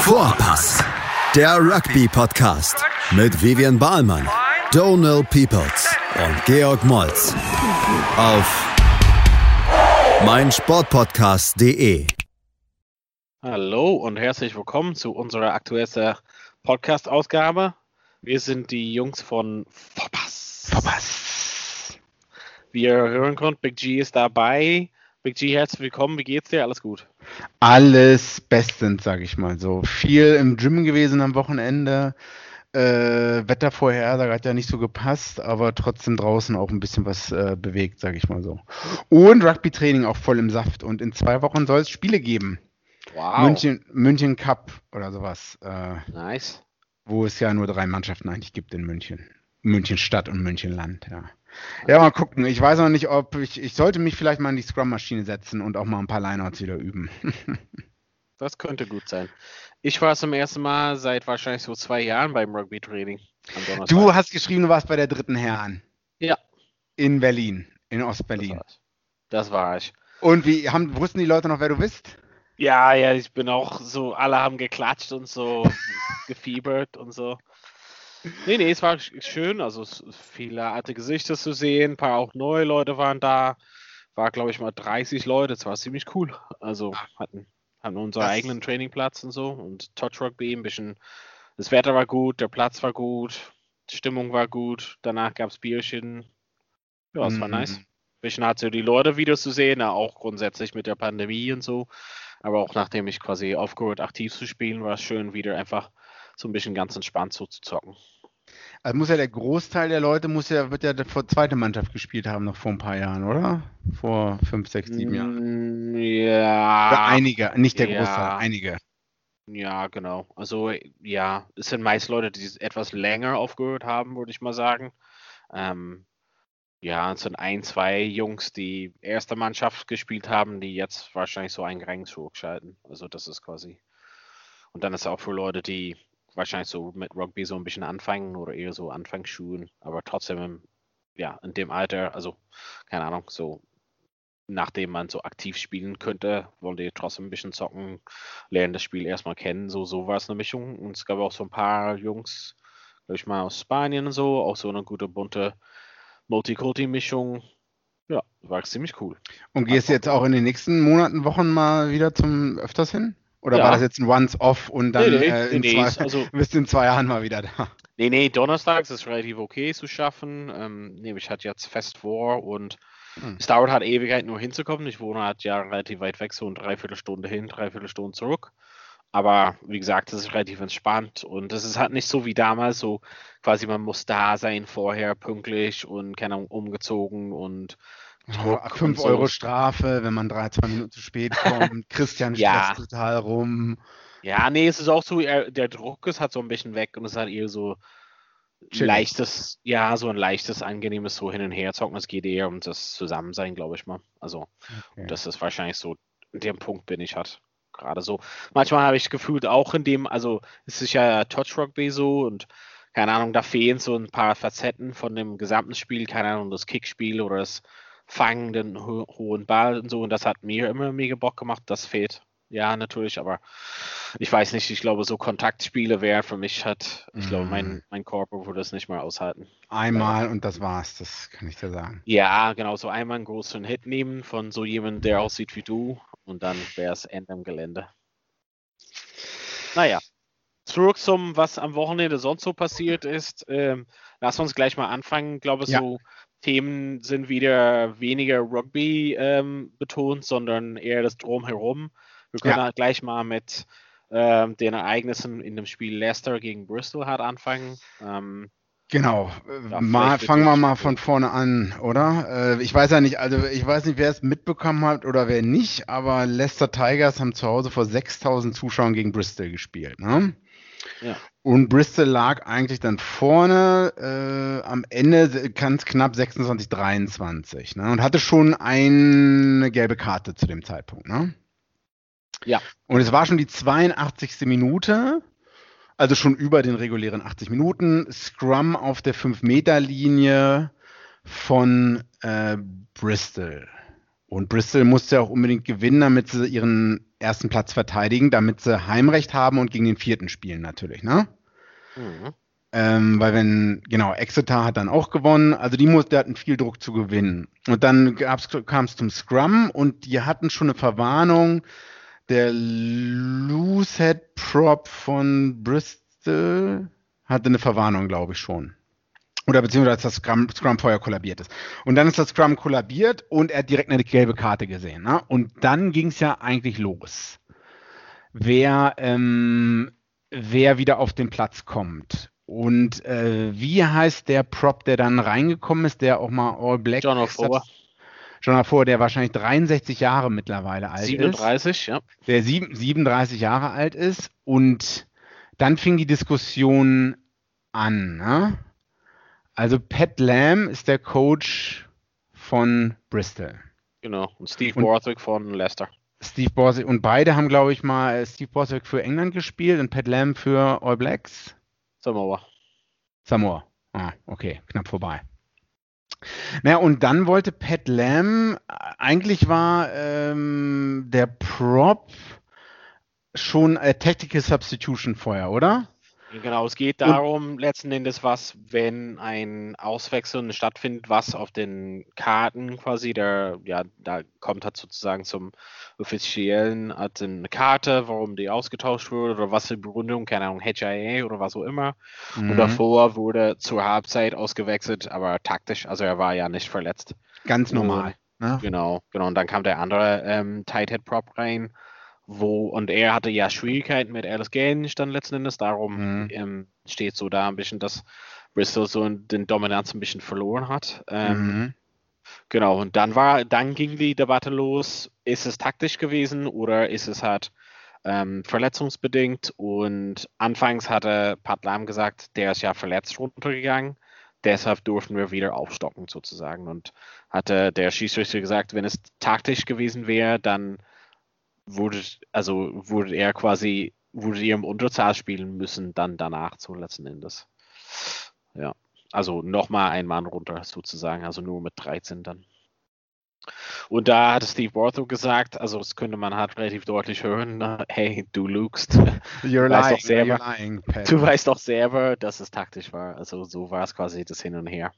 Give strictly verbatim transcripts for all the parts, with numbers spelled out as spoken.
Vorpass, der Rugby-Podcast mit Vivian Bahlmann, Donald Peoples und Georg Moltz auf meinsportpodcast punkt de. Hallo und herzlich willkommen zu unserer aktuellen Podcast-Ausgabe. Wir sind die Jungs von Vorpass. Vorpass. Wie ihr hören könnt, Big G ist dabei. Big G, herzlich willkommen. Wie geht's dir? Alles gut? Alles bestens, sag ich mal so. Viel im Gym gewesen am Wochenende. Äh, Wettervorhersage hat ja nicht so gepasst, aber trotzdem draußen auch ein bisschen was äh, bewegt, sag ich mal so. Und Rugby-Training auch voll im Saft. Und in zwei Wochen soll es Spiele geben. Wow. München, München Cup oder sowas. Äh, Nice. Wo es ja nur drei Mannschaften eigentlich gibt in München. München Stadt und München Land, ja. Ja, mal gucken. Ich weiß noch nicht, ob ich, ich sollte mich vielleicht mal in die Scrum-Maschine setzen und auch mal ein paar Lineouts wieder üben. Das könnte gut sein. Ich war zum ersten Mal seit wahrscheinlich so zwei Jahren beim Rugby-Training am Donnerstag. Du hast geschrieben, du warst bei der dritten Herren. Ja. In Berlin, in Das Ostberlin. war ich. Das war ich. Und wie haben, wussten die Leute noch, wer du bist? Ja, ja, ich bin auch so, alle haben geklatscht und so gefiebert und so. Nee, nee, es war sch- schön, also es, viele alte Gesichter zu sehen, ein paar auch neue Leute waren da. War, glaube ich, mal dreißig Leute, das war ziemlich cool. Also hatten, hatten unseren Das- eigenen Trainingplatz und so und Touch Rugby, ein bisschen, das Wetter war gut, der Platz war gut, die Stimmung war gut, danach gab es Bierchen. Ja, es war Mhm. nice. Bisschen hat so die Leute wieder zu sehen, auch grundsätzlich mit der Pandemie und so. Aber auch nachdem ich quasi aufgehört, aktiv zu spielen, war es schön, wieder einfach so ein bisschen ganz entspannt so zu zocken. Also muss ja der Großteil der Leute muss ja, wird ja vor zweite Mannschaft gespielt haben, noch vor ein paar Jahren, oder? Vor fünf, sechs, sieben Jahren. Mm, Ja. Oder einige, nicht der ja. Großteil, einige. Ja, genau. Also ja, es sind meist Leute, die etwas länger aufgehört haben, würde ich mal sagen. Ähm, ja, es sind ein, zwei Jungs, die erste Mannschaft gespielt haben, die jetzt wahrscheinlich so einen Rang zurückschalten. Also das ist quasi. Und dann ist es auch für Leute, die wahrscheinlich so mit Rugby so ein bisschen anfangen oder eher so Anfangsschulen, aber trotzdem im, ja, in dem Alter, also keine Ahnung, so nachdem man so aktiv spielen könnte, wollen die trotzdem ein bisschen zocken, lernen das Spiel erstmal kennen, so, so war es eine Mischung. Und es gab auch so ein paar Jungs, glaube ich mal aus Spanien und so, auch so eine gute bunte Multikulti-Mischung. Ja, war ziemlich cool. Und gehst du jetzt auch in den nächsten Monaten, Wochen mal wieder zum öfters hin? Oder Ja. war das jetzt ein Once-Off und dann Nee, nee, äh, in nee, zwei, nee, also- bist du in zwei Jahren mal wieder da? Nee, nee, donnerstags ist relativ okay zu schaffen. Ähm, nee, ich hatte jetzt fest vor und Hm. es dauert halt Ewigkeit nur hinzukommen. Ich wohne halt ja relativ weit weg, so eine Dreiviertelstunde hin, Dreiviertelstunde zurück. Aber wie gesagt, das ist relativ entspannt und es ist halt nicht so wie damals, so quasi man muss da sein vorher pünktlich und keine Ahnung, umgezogen und Druck und fünf so. Euro Strafe, wenn man drei, zwei Minuten zu spät kommt. Christian Ja. stresst total rum. Ja, nee, es ist auch so, er- der Druck ist halt so ein bisschen weg und es ist halt eher so Chillig. leichtes, ja, so ein leichtes, angenehmes so hin und her zocken. Es geht eher um das Zusammensein, glaube ich mal. Also, Okay. das ist wahrscheinlich so, in dem Punkt bin ich halt gerade so. Manchmal habe ich gefühlt auch in dem, also es ist ja Touch Rugby so und keine Ahnung, da fehlen so ein paar Facetten von dem gesamten Spiel, keine Ahnung, das Kickspiel oder das Fangen, den ho hohen Ball und so und das hat mir immer mega Bock gemacht, das fehlt. Ja, natürlich, aber ich weiß nicht, ich glaube, so Kontaktspiele wäre für mich halt, ich glaube, mein, Mm. mein Körper würde es nicht mal aushalten. Einmal und das war's, das kann ich dir sagen. Ja, genau, so einmal einen großen Hit nehmen von so jemandem, der aussieht wie du und dann wäre es Ende im Gelände. Naja, zurück zum, was am Wochenende sonst so passiert ist. Ähm, lass uns gleich mal anfangen. Ich glaube, Ja. so Themen sind wieder weniger Rugby ähm, betont, sondern eher das Drumherum. Wir können Ja. halt gleich mal mit ähm, den Ereignissen in dem Spiel Leicester gegen Bristol halt anfangen. Ähm, Genau. Ja, Äh, mal, vielleicht fangen wir willst du- mal von vorne an, oder? Äh, ich weiß ja nicht, also ich weiß nicht, wer es mitbekommen hat oder wer nicht, aber Leicester Tigers haben zu Hause vor sechstausend Zuschauern gegen Bristol gespielt, ne? Ja. Und Bristol lag eigentlich dann vorne, äh, am Ende ganz knapp sechsundzwanzig dreiundzwanzig, ne? Und hatte schon eine gelbe Karte zu dem Zeitpunkt, ne? Ja. Und es war schon die zweiundachtzigste Minute, also schon über den regulären achtzig Minuten. Scrum auf der fünf Meter Linie von äh, Bristol. Und Bristol musste ja auch unbedingt gewinnen, damit sie ihren ersten Platz verteidigen, damit sie Heimrecht haben und gegen den vierten spielen natürlich, ne? Mhm. Ähm, weil wenn, genau, Exeter hat dann auch gewonnen, also die mussten, hatten viel Druck zu gewinnen. Und dann kam es zum Scrum und die hatten schon eine Verwarnung. Der Loosehead Prop von Bristol hatte eine Verwarnung, glaube ich schon. Oder beziehungsweise als das Scrum, Scrum vorher kollabiert ist. Und dann ist das Scrum kollabiert und er hat direkt eine gelbe Karte gesehen. Ne? Und dann ging es ja eigentlich los. Wer, ähm, wer wieder auf den Platz kommt. Und äh, wie heißt der Prop, der dann reingekommen ist, der auch mal All Black John O'Four. John O'Four, der wahrscheinlich dreiundsechzig Jahre mittlerweile alt siebenunddreißig, ist. ja. Der sieben, siebenunddreißig Jahre alt ist. Und dann fing die Diskussion an. Ne? Also Pat Lam ist der Coach von Bristol. Genau. Und Steve Und- Borthwick von Leicester. Steve Borthwick und beide haben, glaube ich, mal äh, Steve Borthwick für England gespielt und Pat Lam für All Blacks. Samoa. Samoa. Ah, okay, knapp vorbei. Naja, und dann wollte Pat Lam, äh, eigentlich war ähm, der Prop schon äh, Tactical Substitution vorher, oder? Genau, es geht darum, letzten Endes, was, wenn ein Auswechseln stattfindet, was auf den Karten quasi, der, ja, da kommt halt sozusagen zum offiziellen, hat eine Karte, warum die ausgetauscht wurde oder was die Begründung, keine Ahnung, H I A oder was auch immer. Mhm. Und davor wurde zur Halbzeit ausgewechselt, aber taktisch, also er war ja nicht verletzt. Ganz normal. Ne? Genau, genau. Und dann kam der andere ähm, Tight Head Prop rein, wo, und er hatte ja Schwierigkeiten mit Alice Gaines dann letzten Endes, darum Mhm. ähm, steht so da ein bisschen, dass Bristol so den Dominanz ein bisschen verloren hat. Ähm, Mhm. Genau, und dann war, dann ging die Debatte los, ist es taktisch gewesen oder ist es halt ähm, verletzungsbedingt? Und anfangs hatte Pat Lam gesagt, der ist ja verletzt runtergegangen, deshalb durften wir wieder aufstocken sozusagen. Und hatte der Schiedsrichter gesagt, wenn es taktisch gewesen wäre, dann wurde, also wurde er quasi, wurde er im Unterzahl spielen müssen, dann danach so letzten Endes. Ja, also nochmal ein Mann runter sozusagen, also nur mit dreizehn dann. Und da hat Steve Borthwick gesagt, also das könnte man halt relativ deutlich hören, na, hey, du lügst. You're Du weißt lying, doch selber, you're lying, Pat. du weißt doch selber, dass es taktisch war. Also so war es quasi das Hin und Her.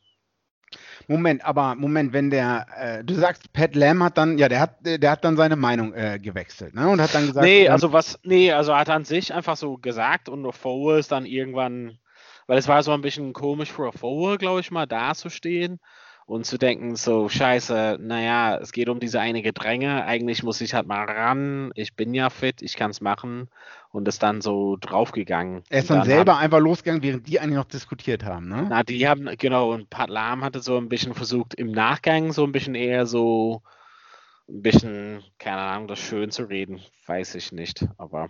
Moment, aber Moment, wenn der, äh, du sagst, Pat Lam hat dann, ja, der hat, der hat dann seine Meinung äh, gewechselt, ne? Und hat dann gesagt, Nee, ähm, also was, nee, also hat er an sich einfach so gesagt und O'Four ist dann irgendwann, weil es war so ein bisschen komisch für O'Four, glaube ich mal, da zu stehen und zu denken, so, scheiße, naja, es geht um diese eine Gedränge, eigentlich muss ich halt mal ran, ich bin ja fit, ich kann es machen und ist dann so draufgegangen. er ist Und dann, selber Hat, einfach losgegangen, während die eigentlich noch diskutiert haben, ne? na, die haben, genau, und Pat Lam hatte so ein bisschen versucht, im Nachgang so ein bisschen eher so, ein bisschen, keine Ahnung, das schön zu reden, weiß ich nicht, aber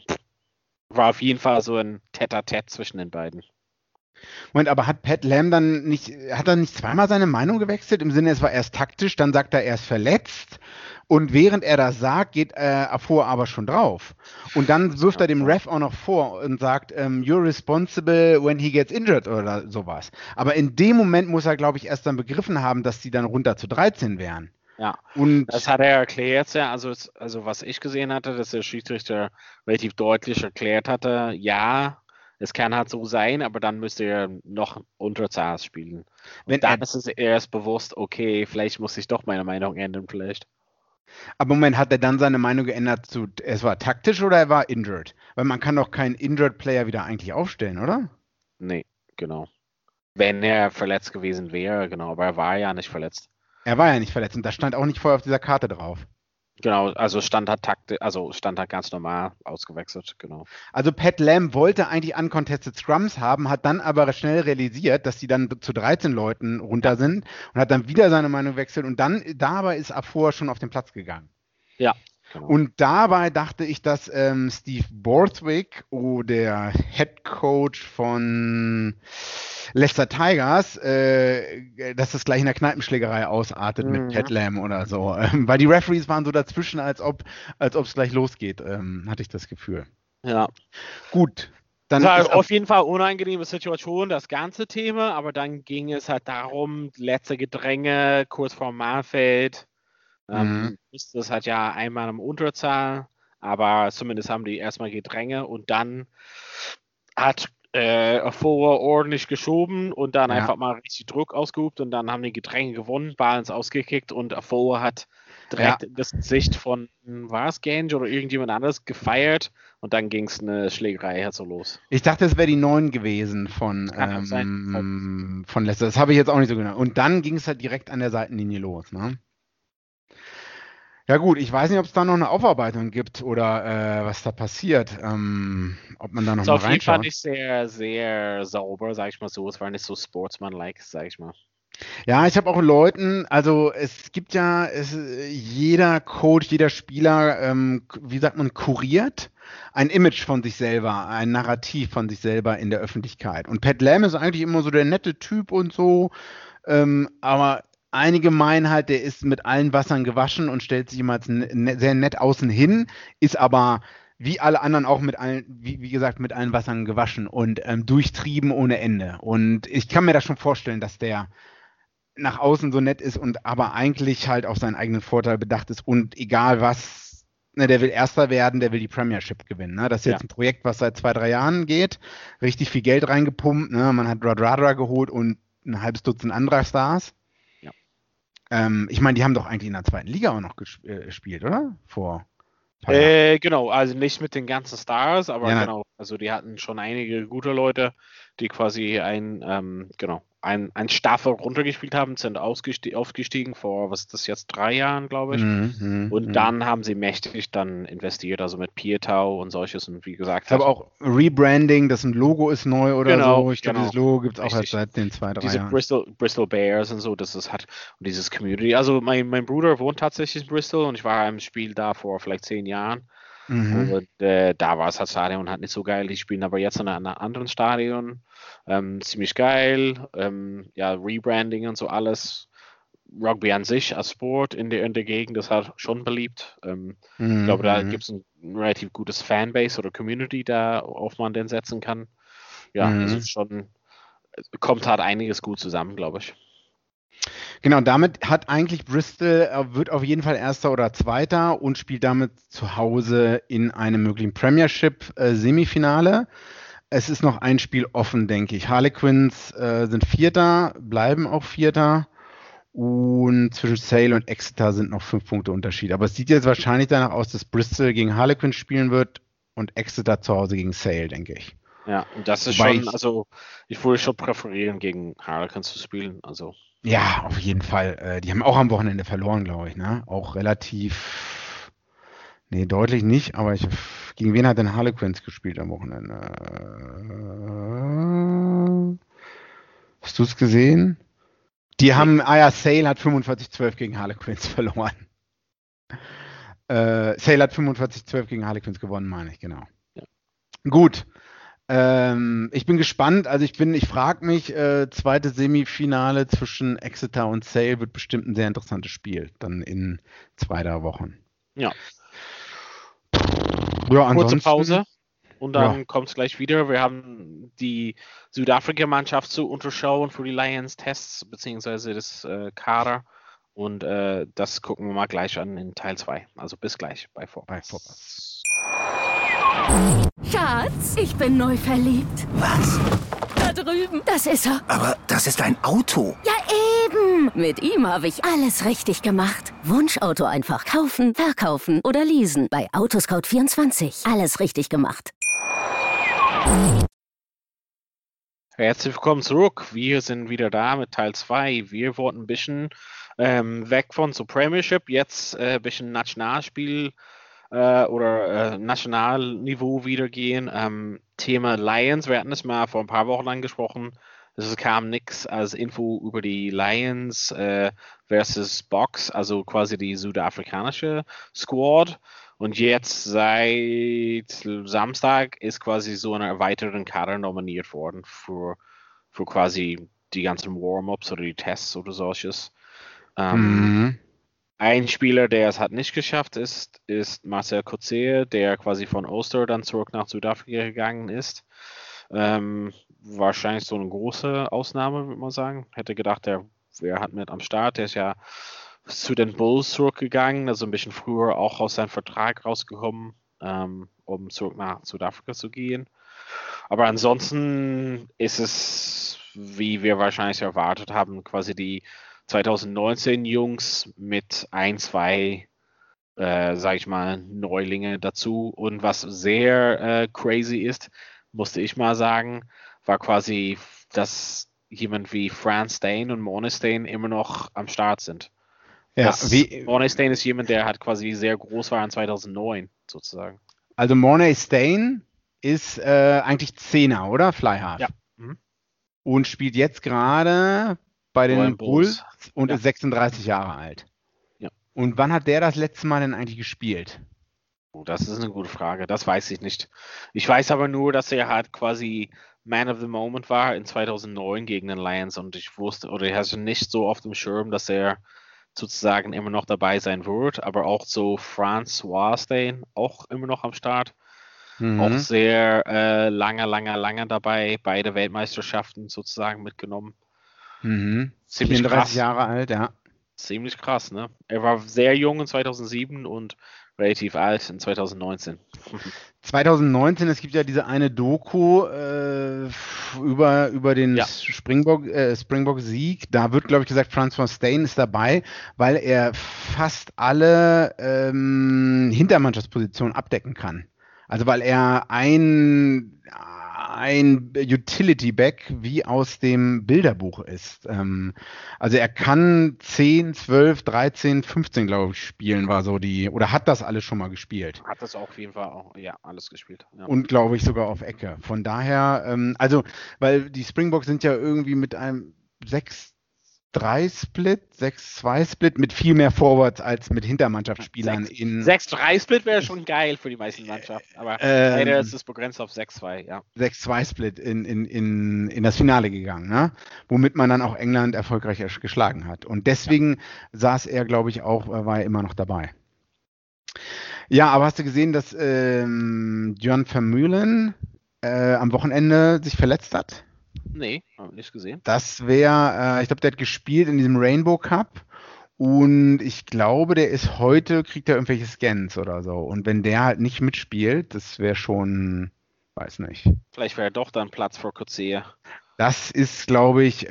war auf jeden Fall so ein Tête-à-Tête zwischen den beiden. Moment, aber hat Pat Lam dann nicht, hat er nicht zweimal seine Meinung gewechselt? Im Sinne, es war erst taktisch, dann sagt er, er ist verletzt und während er das sagt, geht äh, O'Four aber schon drauf. Und dann wirft er dem Ref auch noch vor und sagt, ähm, you're responsible when he gets injured oder sowas. Aber in dem Moment muss er, glaube ich, erst dann begriffen haben, dass die dann runter zu dreizehn wären. Ja, Und das hat er erklärt, ja, also, es- also was ich gesehen hatte, dass der Schiedsrichter relativ deutlich erklärt hatte, ja, es kann halt so sein, aber dann müsste er noch Unterzahl spielen. Und Wenn dann er- ist es erst bewusst, okay, vielleicht muss ich doch meine Meinung ändern, vielleicht. aber Moment, hat er dann seine Meinung geändert zu, es war taktisch oder er war injured? Weil man kann doch keinen injured Player wieder eigentlich aufstellen, oder? Nee, genau. Wenn er verletzt gewesen wäre, genau, aber er war ja nicht verletzt. Er war ja nicht verletzt und das stand auch nicht vorher auf dieser Karte drauf. Genau, also stand hat Takte, also stand hat ganz normal ausgewechselt, genau. Also Pat Lam wollte eigentlich uncontested Scrums haben, hat dann aber schnell realisiert, dass die dann zu dreizehn Leuten runter sind und hat dann wieder seine Meinung gewechselt und dann dabei ist O'Four schon auf den Platz gegangen. Ja, genau. Und dabei dachte ich, dass ähm, Steve Borthwick, oh, der Head Coach von Leicester Tigers, äh, dass das gleich in der Kneipenschlägerei ausartet Mhm. mit Pat Lam oder so. Ähm, weil die Referees waren so dazwischen, als ob als ob es gleich losgeht, ähm, hatte ich das Gefühl. ja. Gut, dann Das war ist auf jeden Fall unangenehme Situation, das ganze Thema, aber dann ging es halt darum, letzte Gedränge, kurz vor Mahlfeld. Ähm, Mhm. Das hat ja einmal im Unterzahl, aber zumindest haben die erstmal Gedränge und dann hat äh, Fuller ordentlich geschoben und dann Ja. einfach mal richtig Druck ausgeübt und dann haben die Gedränge gewonnen, Balance ausgekickt und Fuller hat direkt Ja. in das Gesicht von, war es Gange oder irgendjemand anderes gefeiert und dann ging es eine Schlägerei halt so los. Ich dachte, es wäre die neun gewesen von, Kann auch sein. ähm, von Leicester. Das habe ich jetzt auch nicht so genau. Und dann ging es halt direkt an der Seitenlinie los, ne? Ja gut, ich weiß nicht, ob es da noch eine Aufarbeitung gibt oder äh, was da passiert. Ähm, ob man da noch Ist mal auf jeden Fall reinschaut. nicht sehr, sehr sauber, sag ich mal so. Es war nicht so sportsmanlike, sag ich mal. Ja, ich habe auch Leuten, also es gibt ja, es, jeder Coach, jeder Spieler, ähm, k- wie sagt man, kuriert ein Image von sich selber, ein Narrativ von sich selber in der Öffentlichkeit. Und Pat Lam ist eigentlich immer so der nette Typ und so, ähm, aber einige meinen halt, der ist mit allen Wassern gewaschen und stellt sich immer als ne, ne, sehr nett außen hin, ist aber wie alle anderen auch mit allen, wie, wie gesagt, mit allen Wassern gewaschen und ähm, durchtrieben ohne Ende. Und ich kann mir das schon vorstellen, dass der nach außen so nett ist und aber eigentlich halt auf seinen eigenen Vorteil bedacht ist und egal was, ne, der will Erster werden, der will die Premiership gewinnen. Ne? Das ist jetzt Ja. ein Projekt, was seit zwei, drei Jahren geht, richtig viel Geld reingepumpt. Ne? Man hat Radradra geholt und ein halbes Dutzend anderer Stars. Ja. Ähm, ich meine, die haben doch eigentlich in der zweiten Liga auch noch ges äh, gespielt, oder? Vor ein paar Jahren. Äh, genau, also nicht mit den ganzen Stars, aber Ja, na- genau, also die hatten schon einige gute Leute, die quasi ein, ähm, genau, ein, ein Staffel runtergespielt haben, sind ausgeste aufgestiegen vor, was ist das jetzt, drei Jahren, glaube ich. Mhm, mhm, Und mhm. dann haben sie mächtig dann investiert, also mit Pietau und solches und wie gesagt, Ich habe hat, auch Rebranding, das ein Logo ist neu oder genau, so. Ich glaube, genau, dieses Logo gibt es auch erst richtig. seit den zwei, drei Diese Jahren. Bristol, Bristol Bears und so, das ist hat und dieses Community. Also mein, mein Bruder wohnt tatsächlich in Bristol und ich war im Spiel da vor vielleicht zehn Jahren. Mhm. Und äh, da war es das Stadion halt nicht so geil. Die spielen aber jetzt in einem anderen Stadion. Ähm, ziemlich geil. Ähm, ja, Rebranding und so alles. Rugby an sich als Sport in der, in der Gegend ist halt schon beliebt. Ähm, ich glaube, da Mhm. gibt es ein relativ gutes Fanbase oder Community, da auf man den setzen kann. Ja, Mhm. also schon kommt halt einiges gut zusammen, glaube ich. Genau, damit hat eigentlich Bristol, äh, wird auf jeden Fall Erster oder Zweiter und spielt damit zu Hause in einem möglichen Premiership-Semifinale. Es ist noch ein Spiel offen, denke ich. Harlequins äh, sind Vierter, bleiben auch Vierter. Und zwischen Sale und Exeter sind noch fünf Punkte Unterschied. Aber es sieht jetzt wahrscheinlich danach aus, dass Bristol gegen Harlequins spielen wird und Exeter zu Hause gegen Sale, denke ich. Ja, und das ist Wobei schon, ich- also ich würde schon präferieren, gegen Harlequins zu spielen. Also Ja, auf jeden Fall. Äh, die haben auch am Wochenende verloren, glaube ich, ne? Auch relativ. Nee, deutlich nicht, aber ich. Gegen wen hat denn Harlequins gespielt am Wochenende? Äh, Hast du es gesehen? Die haben, ah ja, Sale hat fünfundvierzig zwölf gegen Harlequins verloren. Äh, Sale hat fünfundvierzig zwölf gegen Harlequins gewonnen, meine ich, genau. Ja. Gut. Ähm, ich bin gespannt. Also ich bin, ich frage mich, äh, zweite Semifinale zwischen Exeter und Sale wird bestimmt ein sehr interessantes Spiel. Dann in zwei, drei Wochen. ja. Ja, Kurze ansonsten. Pause und dann Ja. kommt es gleich wieder. Wir haben die Südafrika-Mannschaft zu unterschauen für die Lions-Tests, beziehungsweise das äh, Kader. Und äh, das gucken wir mal gleich an in Teil zwei. Also bis gleich bei Bei Vorpass. Vorpass. Schatz, ich bin neu verliebt. Was? Da drüben. Das ist er. Aber das ist ein Auto. Ja, eben. Mit ihm habe ich alles richtig gemacht. Wunschauto einfach kaufen, verkaufen oder leasen. Bei Autoscout vierundzwanzig. Alles richtig gemacht. Herzlich willkommen zurück. Wir sind wieder da mit Teil zwei. Wir wollten ein bisschen ähm, weg von so Premiership, jetzt äh, ein bisschen Nationalspiel äh, oder äh, Nationalniveau wieder gehen. Ähm, Thema Lions, wir hatten es mal vor ein paar Wochen angesprochen. Es kam nichts als Info über die Lions äh, versus Box, also quasi die südafrikanische Squad. Und jetzt seit Samstag ist quasi so eine erweiterte Kader nominiert worden für, für quasi die ganzen Warm-ups oder die Tests oder solches. Ähm, Mhm. Ein Spieler, der es hat nicht geschafft ist, ist Marcel Coetzee, der quasi von Ulster dann zurück nach Südafrika gegangen ist. Ähm, wahrscheinlich so eine große Ausnahme, würde man sagen. Hätte gedacht, der wäre halt mit am Start. Der ist ja zu den Bulls zurückgegangen, also ein bisschen früher auch aus seinem Vertrag rausgekommen, ähm, um zurück nach Südafrika zu gehen. Aber ansonsten ist es, wie wir wahrscheinlich erwartet haben, quasi die zwanzig neunzehn Jungs mit ein, zwei, äh, sag ich mal, Neulinge dazu. Und was sehr äh, crazy ist, musste ich mal sagen, war quasi, dass jemand wie Franz Steyn und Morné Steyn immer noch am Start sind. Ja, wie, Morné Steyn ist jemand, der halt quasi sehr groß war in zweitausendneun, sozusagen. Also Morné Steyn ist äh, eigentlich Zehner, oder? Flyhalf. Ja. Mhm. Und spielt jetzt gerade bei den Bulls und ja. ist sechsunddreißig Jahre alt. Ja. Und wann hat der das letzte Mal denn eigentlich gespielt? Oh, das ist eine gute Frage. Das weiß ich nicht. Ich weiß aber nur, dass er halt quasi Man of the Moment war in zweitausendneun gegen den Lions und ich wusste, oder ich hatte nicht so auf dem Schirm, dass er sozusagen immer noch dabei sein wird, aber auch so François Steyn auch immer noch am Start. Mhm. Auch sehr äh, lange, lange, lange dabei, beide Weltmeisterschaften sozusagen mitgenommen. Mhm. Ziemlich vierunddreißig krass. Jahre alt, ja. Ziemlich krass, ne? Er war sehr jung in zweitausendsieben und relativ alt in zweitausendneunzehn. zweitausendneunzehn, es gibt ja diese eine Doku äh, über, über den ja. Springbok, äh, Springbok-Sieg. Da wird, glaube ich, gesagt, François Steyn ist dabei, weil er fast alle ähm, Hintermannschaftspositionen abdecken kann. Also weil er ein, ein Utility-Back wie aus dem Bilderbuch ist. Ähm, also er kann zehn, zwölf, dreizehn, fünfzehn, glaube ich, spielen, war so die, oder hat das alles schon mal gespielt. Hat das auf jeden Fall auch, ja, alles gespielt. Ja. Und glaube ich sogar auf Ecke. Von daher, ähm, also, weil die Springboks sind ja irgendwie mit einem sechs drei Split, sechs zwei Split mit viel mehr Forwards als mit Hintermannschaftsspielern. sechs drei Split wäre schon geil für die meisten Mannschaften, aber ähm, leider ist es begrenzt auf sechs zwei, ja. sechs zwei Split in, in, in, in das Finale gegangen, ne? Womit man dann auch England erfolgreich geschlagen hat. Und deswegen ja. saß er, glaube ich, auch, war er immer noch dabei. Ja, aber hast du gesehen, dass ähm, John Vermeulen äh, am Wochenende sich verletzt hat? Nee, habe ich nicht gesehen. Das wäre, äh, ich glaube, der hat gespielt in diesem Rainbow Cup und ich glaube, der ist heute, kriegt er irgendwelche Scans oder so. Und wenn der halt nicht mitspielt, das wäre schon, weiß nicht. Vielleicht wäre doch dann Platz für Coetzee. Das ist, glaube ich,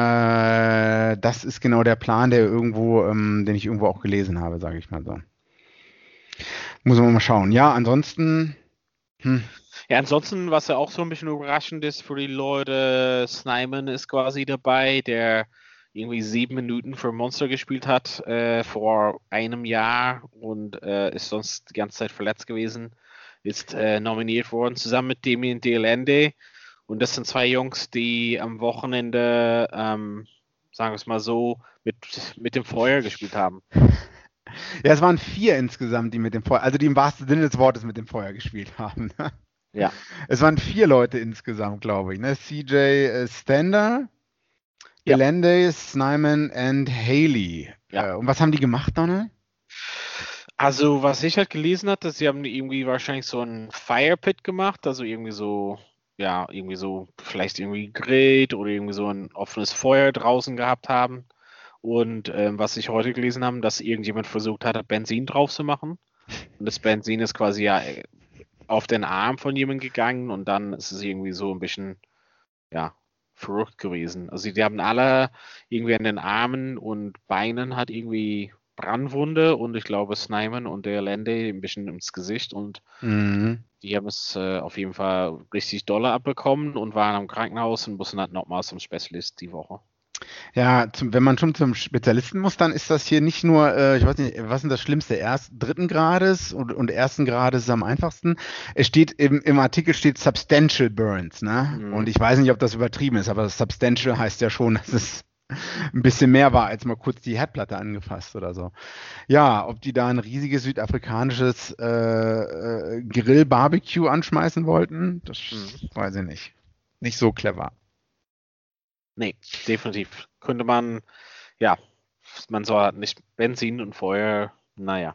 äh, das ist genau der Plan, der irgendwo, ähm, den ich irgendwo auch gelesen habe, sage ich mal so. Muss man mal schauen. Ja, ansonsten. Hm. Ja, ansonsten, was ja auch so ein bisschen überraschend ist für die Leute, Snyman ist quasi dabei, der irgendwie sieben Minuten für Monster gespielt hat äh, vor einem Jahr und äh, ist sonst die ganze Zeit verletzt gewesen, ist äh, nominiert worden, zusammen mit Damien de Allende. Und das sind zwei Jungs, die am Wochenende, ähm, sagen wir es mal so, mit, mit dem Feuer gespielt haben. Ja, es waren vier insgesamt, die mit dem Feuer, also die im wahrsten Sinne des Wortes mit dem Feuer gespielt haben. Ja. Es waren vier Leute insgesamt, glaube ich. Ne? C J äh, Stander, ja. Delende, Snyman und Haley. Ja. Äh, und was haben die gemacht, Donald? Also, was ich halt gelesen habe, dass sie haben irgendwie wahrscheinlich so ein Fire Pit gemacht, also irgendwie so, ja, irgendwie so, vielleicht irgendwie gegrillt oder irgendwie so ein offenes Feuer draußen gehabt haben. Und ähm, was ich heute gelesen habe, dass irgendjemand versucht hat, Benzin drauf zu machen. Und das Benzin ist quasi ja auf den Arm von jemandem gegangen und dann ist es irgendwie so ein bisschen, ja, verrückt gewesen. Also die haben alle irgendwie an den Armen und Beinen hat irgendwie Brandwunde und ich glaube Snyman und der Lende ein bisschen ins Gesicht und mhm. die haben es äh, auf jeden Fall richtig doll abbekommen und waren am Krankenhaus und mussten halt nochmal zum Spezialist die Woche. Ja, zum, wenn man schon zum Spezialisten muss, dann ist das hier nicht nur, äh, ich weiß nicht, was ist denn das Schlimmste? Erst dritten Grades und, und ersten Grades ist am einfachsten. Es steht im, im Artikel steht Substantial Burns, ne? Mhm. Und ich weiß nicht, ob das übertrieben ist, aber Substantial heißt ja schon, dass es ein bisschen mehr war, als mal kurz die Herdplatte angefasst oder so. Ja, ob die da ein riesiges südafrikanisches äh, äh, Grill-Barbecue anschmeißen wollten, das mhm. weiß ich nicht. Nicht so clever. Nee, definitiv. Könnte man, ja, man soll halt nicht Benzin und Feuer, naja.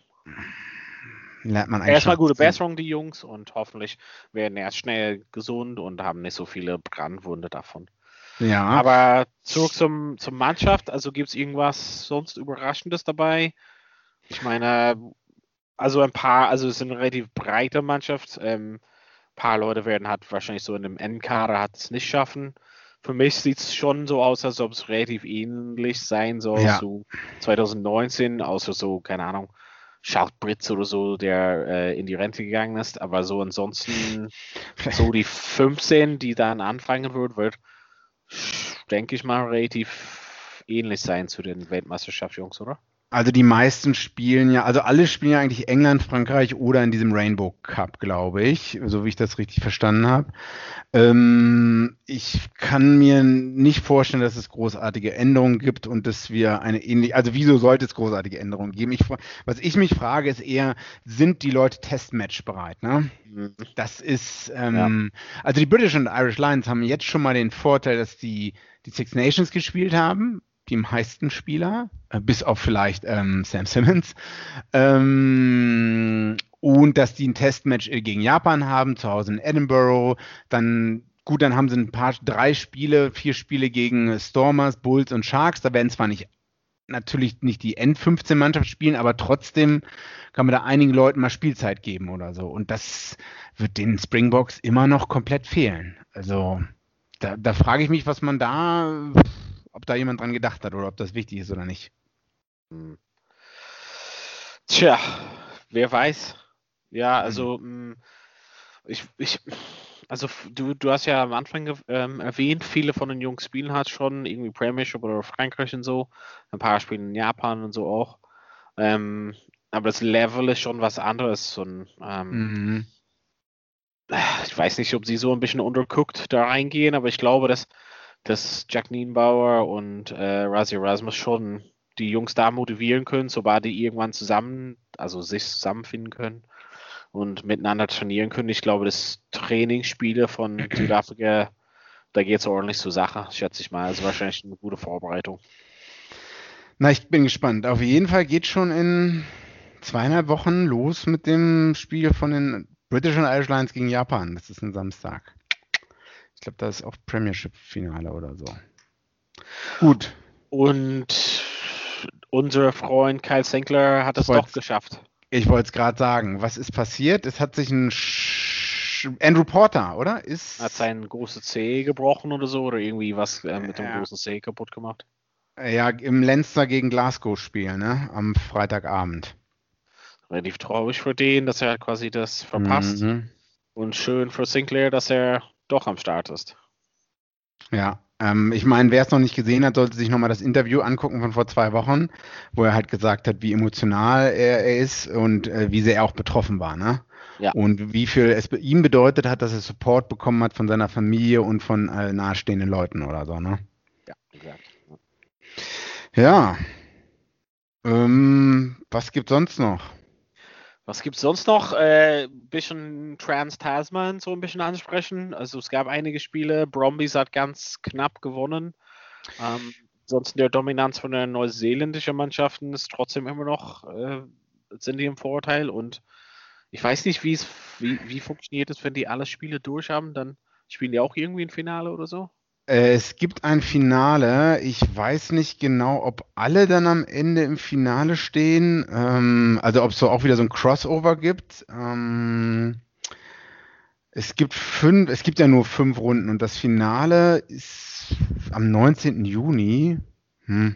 Lernt man eigentlich erstmal gute Besserung, die Jungs, und hoffentlich werden erst schnell gesund und haben nicht so viele Brandwunde davon. Ja. Aber zurück zum, zur Mannschaft, also gibt es irgendwas sonst Überraschendes dabei? Ich meine, also ein paar, also es ist eine relativ breite Mannschaft. Ähm, ein paar Leute werden halt wahrscheinlich so in einem Endkader hat es nicht schaffen. Für mich sieht es schon so aus, als ob es relativ ähnlich sein soll Ja. zu zwanzig neunzehn, außer so, keine Ahnung, Schaut Britz oder so, der äh, in die Rente gegangen ist. Aber so ansonsten, so die fünfzehn, die dann anfangen wird, wird, denke ich mal, relativ ähnlich sein zu den Weltmeisterschaftsjungs, oder? Also die meisten spielen ja, also alle spielen ja eigentlich England, Frankreich oder in diesem Rainbow Cup, glaube ich, so wie ich das richtig verstanden habe. Ähm, ich kann mir nicht vorstellen, dass es großartige Änderungen gibt und dass wir eine ähnliche, also wieso sollte es großartige Änderungen geben? Ich, was ich mich frage, ist eher, sind die Leute Testmatch bereit, ne? Mhm. Das ist, ähm, ja. Also die British und Irish Lions haben jetzt schon mal den Vorteil, dass die die Six Nations gespielt haben, die meisten Spieler, äh, bis auf vielleicht ähm, Sam Simmons, ähm, und dass die ein Testmatch gegen Japan haben, zu Hause in Edinburgh, dann gut, dann haben sie ein paar, drei Spiele, vier Spiele gegen Stormers, Bulls und Sharks, da werden zwar nicht natürlich nicht die End fünfzehn Mannschaft spielen, aber trotzdem kann man da einigen Leuten mal Spielzeit geben oder so. Und das wird den Springboks immer noch komplett fehlen. Also da, da frage ich mich, was man da, ob da jemand dran gedacht hat oder ob das wichtig ist oder nicht. Tja, wer weiß. Ja, also mhm. ich, ich, also du, du hast ja am Anfang ähm, erwähnt, viele von den Jungs spielen halt schon irgendwie Premiership oder Frankreich und so. Ein paar spielen in Japan und so auch. Ähm, aber das Level ist schon was anderes. Und, ähm, Mhm. ich weiß nicht, ob sie so ein bisschen unterguckt da reingehen, aber ich glaube, dass, dass Jack Nienbauer und äh, Rassie Erasmus schon die Jungs da motivieren können, sobald die irgendwann zusammen, also sich zusammenfinden können und miteinander trainieren können. Ich glaube, das Trainingsspiele von Südafrika, da geht es ordentlich zur Sache, schätze ich mal. Also wahrscheinlich eine gute Vorbereitung. Na, ich bin gespannt. Auf jeden Fall geht schon in zweieinhalb Wochen los mit dem Spiel von den British und Irish Lions gegen Japan. Das ist ein Samstag. Ich glaube, das ist auch Premiership-Finale oder so. Gut. Und unser Freund Kyle Sinclair hat es doch geschafft. Ich wollte es gerade sagen. Was ist passiert? Es hat sich ein Sch Andrew Porter, oder? Ist hat sein großes Zeh gebrochen oder so oder irgendwie was äh, mit dem ja. großen Zeh kaputt gemacht. Ja, im Leinster gegen Glasgow Spiel, ne? Am Freitagabend. Relativ traurig für den, dass er quasi das verpasst. Mhm. Und schön für Sinclair, dass er doch am Start ist. Ja, ähm, ich meine, wer es noch nicht gesehen hat, sollte sich nochmal das Interview angucken von vor zwei Wochen, wo er halt gesagt hat, wie emotional er, er ist und äh, wie sehr er auch betroffen war, ne? Ja. Und wie viel es bei ihm bedeutet hat, dass er Support bekommen hat von seiner Familie und von äh, nahestehenden Leuten oder so, ne? Ja, exakt. Ja. Ähm, was gibt's sonst noch? Was gibt es sonst noch? Ein äh, bisschen Trans-Tasman so ein bisschen ansprechen. Also es gab einige Spiele. Brumbies hat ganz knapp gewonnen. Ähm, ansonsten der Dominanz von der neuseeländischen Mannschaften ist trotzdem immer noch, äh, sind die im Vorteil. Und ich weiß nicht, wie es, wie, wie funktioniert es, wenn die alle Spiele durch haben, dann spielen die auch irgendwie ein Finale oder so? Es gibt ein Finale. Ich weiß nicht genau, ob alle dann am Ende im Finale stehen. Ähm, also ob es so auch wieder so ein Crossover gibt. Ähm, es gibt fünf, es gibt ja nur fünf Runden und das Finale ist am neunzehnten Juni. Hm.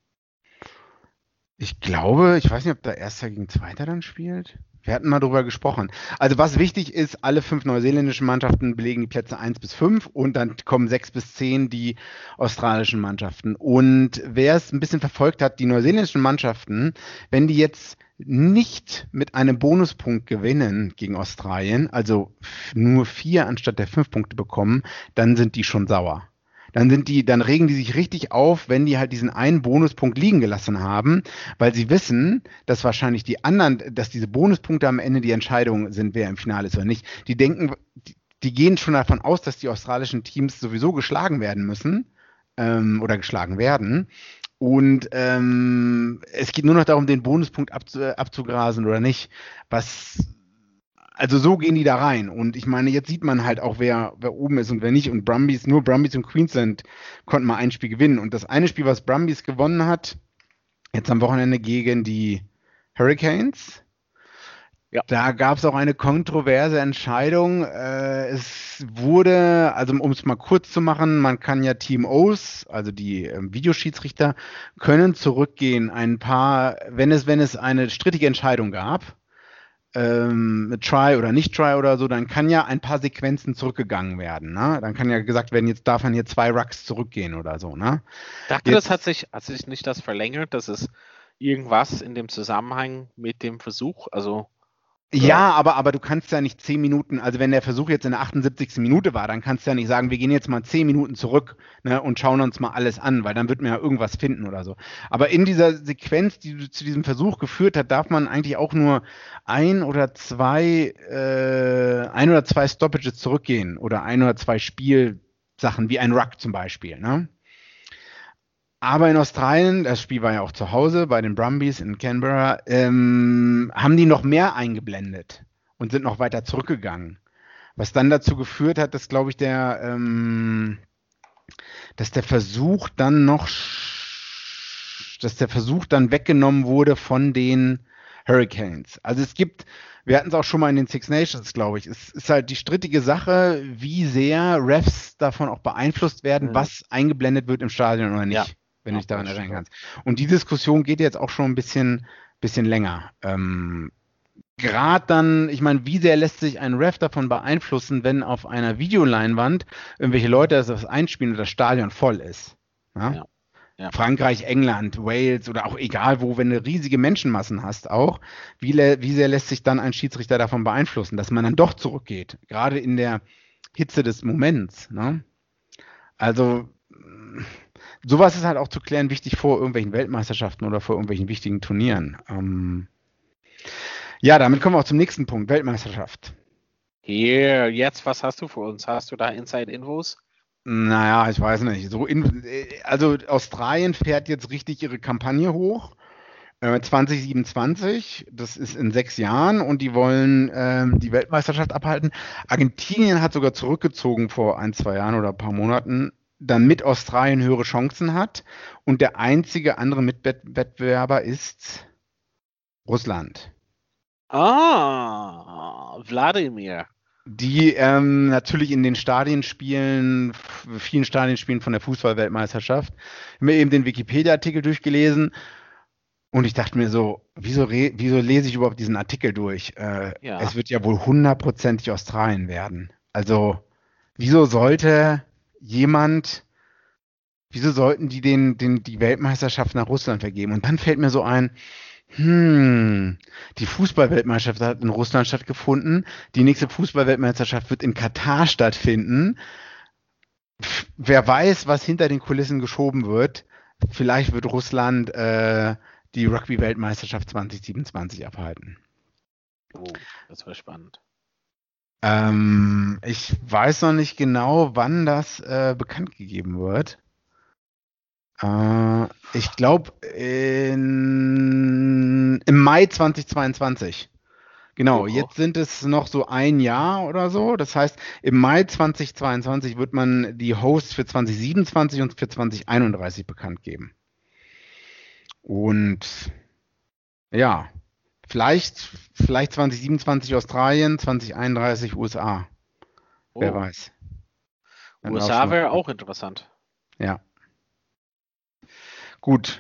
Ich glaube, ich weiß nicht, ob da Erster gegen Zweiter dann spielt. Wir hatten mal drüber gesprochen. Also was wichtig ist, alle fünf neuseeländischen Mannschaften belegen die Plätze eins bis fünf und dann kommen sechs bis zehn die australischen Mannschaften. Und wer es ein bisschen verfolgt hat, die neuseeländischen Mannschaften, wenn die jetzt nicht mit einem Bonuspunkt gewinnen gegen Australien, also nur vier anstatt der fünf Punkte bekommen, dann sind die schon sauer. Dann sind die, dann regen die sich richtig auf, wenn die halt diesen einen Bonuspunkt liegen gelassen haben, weil sie wissen, dass wahrscheinlich die anderen, dass diese Bonuspunkte am Ende die Entscheidung sind, wer im Finale ist oder nicht. Die denken, die, die gehen schon davon aus, dass die australischen Teams sowieso geschlagen werden müssen ähm, oder geschlagen werden. Und ähm, es geht nur noch darum, den Bonuspunkt abzu, abzugrasen oder nicht, was also so gehen die da rein. Und ich meine, jetzt sieht man halt auch, wer, wer oben ist und wer nicht. Und Brumbies, nur Brumbies und Queensland konnten mal ein Spiel gewinnen. Und das eine Spiel, was Brumbies gewonnen hat, jetzt am Wochenende gegen die Hurricanes, ja. Da gab es auch eine kontroverse Entscheidung. Äh, es wurde, also um es mal kurz zu machen, man kann ja Team O's, also die ähm, Videoschiedsrichter, können zurückgehen. Ein paar, wenn es, wenn es eine strittige Entscheidung gab, ähm, mit Try oder nicht Try oder so, dann kann ja ein paar Sequenzen zurückgegangen werden. Ne? Dann kann ja gesagt werden, jetzt darf man hier zwei Rucks zurückgehen oder so. Ne? Ich dachte, jetzt, das hat sich, hat sich nicht das verlängert, dass es irgendwas in dem Zusammenhang mit dem Versuch, also Ja, aber, aber du kannst ja nicht zehn Minuten, also wenn der Versuch jetzt in der achtundsiebzigsten Minute war, dann kannst du ja nicht sagen, wir gehen jetzt mal zehn Minuten zurück, ne, und schauen uns mal alles an, weil dann wird man ja irgendwas finden oder so. Aber in dieser Sequenz, die zu diesem Versuch geführt hat, darf man eigentlich auch nur ein oder zwei, äh, ein oder zwei Stoppages zurückgehen oder ein oder zwei Spielsachen, wie ein Ruck zum Beispiel, ne? Aber in Australien, das Spiel war ja auch zu Hause bei den Brumbies in Canberra, ähm, haben die noch mehr eingeblendet und sind noch weiter zurückgegangen. Was dann dazu geführt hat, dass, glaube ich, der, ähm, dass der Versuch dann noch, dass der Versuch dann weggenommen wurde von den Hurricanes. Also es gibt, wir hatten es auch schon mal in den Six Nations, glaube ich, es ist halt die strittige Sache, wie sehr Refs davon auch beeinflusst werden, mhm. was eingeblendet wird im Stadion oder nicht. Ja. Wenn du dich daran erinnern kannst. Und die Diskussion geht jetzt auch schon ein bisschen, bisschen länger. Ähm, Gerade dann, ich meine, wie sehr lässt sich ein Ref davon beeinflussen, wenn auf einer Videoleinwand irgendwelche Leute das einspielen und das Stadion voll ist? Ja? Ja. Ja. Frankreich, England, Wales oder auch egal wo, wenn du riesige Menschenmassen hast auch, wie, wie sehr lässt sich dann ein Schiedsrichter davon beeinflussen, dass man dann doch zurückgeht, gerade in der Hitze des Moments. Ne? Also sowas ist halt auch zu klären wichtig vor irgendwelchen Weltmeisterschaften oder vor irgendwelchen wichtigen Turnieren. Ähm ja, damit kommen wir auch zum nächsten Punkt, Weltmeisterschaft. Hier, jetzt, was hast du für uns? Hast du da Inside-Infos? Naja, ich weiß nicht. So in, also Australien fährt jetzt richtig ihre Kampagne hoch. Äh, zwanzig siebenundzwanzig, das ist in sechs Jahren und die wollen ähm, die Weltmeisterschaft abhalten. Argentinien hat sogar zurückgezogen vor ein, zwei Jahren oder ein paar Monaten, damit Australien höhere Chancen hat. Und der einzige andere Mitwettbewerber ist Russland. Ah, Wladimir. Die ähm, natürlich in den Stadien spielen, vielen Stadien spielen von der Fußball-Weltmeisterschaft. Ich habe mir eben den Wikipedia-Artikel durchgelesen und ich dachte mir so, wieso, re- wieso lese ich überhaupt diesen Artikel durch? Äh, ja. Es wird ja wohl hundertprozentig Australien werden. Also, wieso sollte jemand, wieso sollten die den, den, die Weltmeisterschaft nach Russland vergeben? Und dann fällt mir so ein, hm, die Fußball-Weltmeisterschaft hat in Russland stattgefunden, die nächste Fußball-Weltmeisterschaft wird in Katar stattfinden. Pff, wer weiß, was hinter den Kulissen geschoben wird. Vielleicht wird Russland äh, die Rugby-Weltmeisterschaft zwanzig siebenundzwanzig abhalten. Oh, das war spannend. Ähm, ich weiß noch nicht genau, wann das äh, bekannt gegeben wird. Äh, ich glaube im Mai zweitausendzweiundzwanzig. Genau, oh. Jetzt sind es noch so ein Jahr oder so. Das heißt, im Mai zweitausendzweiundzwanzig wird man die Hosts für zwanzig siebenundzwanzig und für zwanzig einunddreißig bekannt geben. Und ja, vielleicht, vielleicht zwanzig siebenundzwanzig Australien, zwanzig einunddreißig U S A. Oh. Wer weiß. Dann U S A wäre auch interessant. Ja. Gut.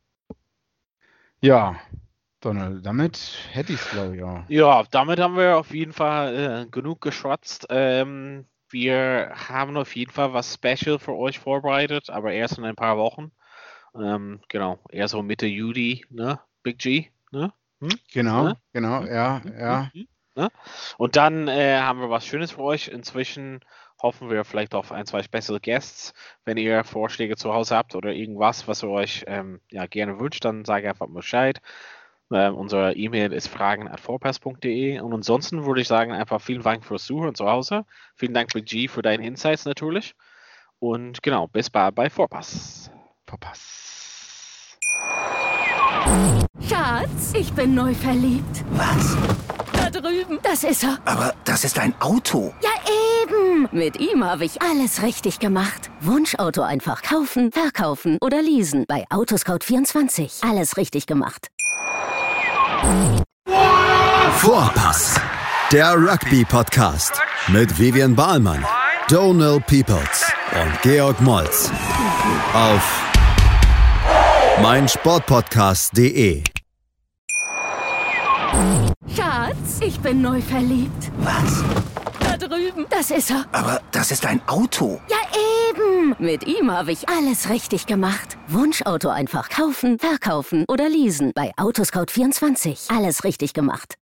Ja, Donald, damit hätte ich es, glaube ich, auch. Ja, damit haben wir auf jeden Fall äh, genug geschwatzt. Ähm, wir haben auf jeden Fall was Special für euch vorbereitet, aber erst in ein paar Wochen. Ähm, genau, eher so Mitte Juli, ne? Big G, ne? Hm? Genau, ne? genau, ja, hm? ja. Hm? Ne? Und dann äh, haben wir was Schönes für euch. Inzwischen hoffen wir vielleicht auf ein, zwei Special Guests. Wenn ihr Vorschläge zu Hause habt oder irgendwas, was ihr euch ähm, ja, gerne wünscht, dann sage einfach Bescheid. Ähm, unsere E-Mail ist fragen at fourpass punkt de und ansonsten würde ich sagen, einfach vielen Dank fürs Zuhören zu Hause. Vielen Dank, Big G, für deine Insights natürlich. Und genau, bis bald bei Fourpass. Fourpass. Schatz, ich bin neu verliebt. Was? Da drüben. Das ist er. Aber das ist ein Auto. Ja, eben. Mit ihm habe ich alles richtig gemacht. Wunschauto einfach kaufen, verkaufen oder leasen. Bei Autoscout vierundzwanzig. Alles richtig gemacht. Vorpass, der Rugby-Podcast mit Vivian Bahlmann, Donald Peoples und Georg Moltz auf meinsportpodcast punkt de. Schatz, ich bin neu verliebt. Was? Da drüben. Das ist er. Aber das ist ein Auto. Ja, eben. Mit ihm habe ich alles richtig gemacht. Wunschauto einfach kaufen, verkaufen oder leasen. Bei Autoscout vierundzwanzig. Alles richtig gemacht.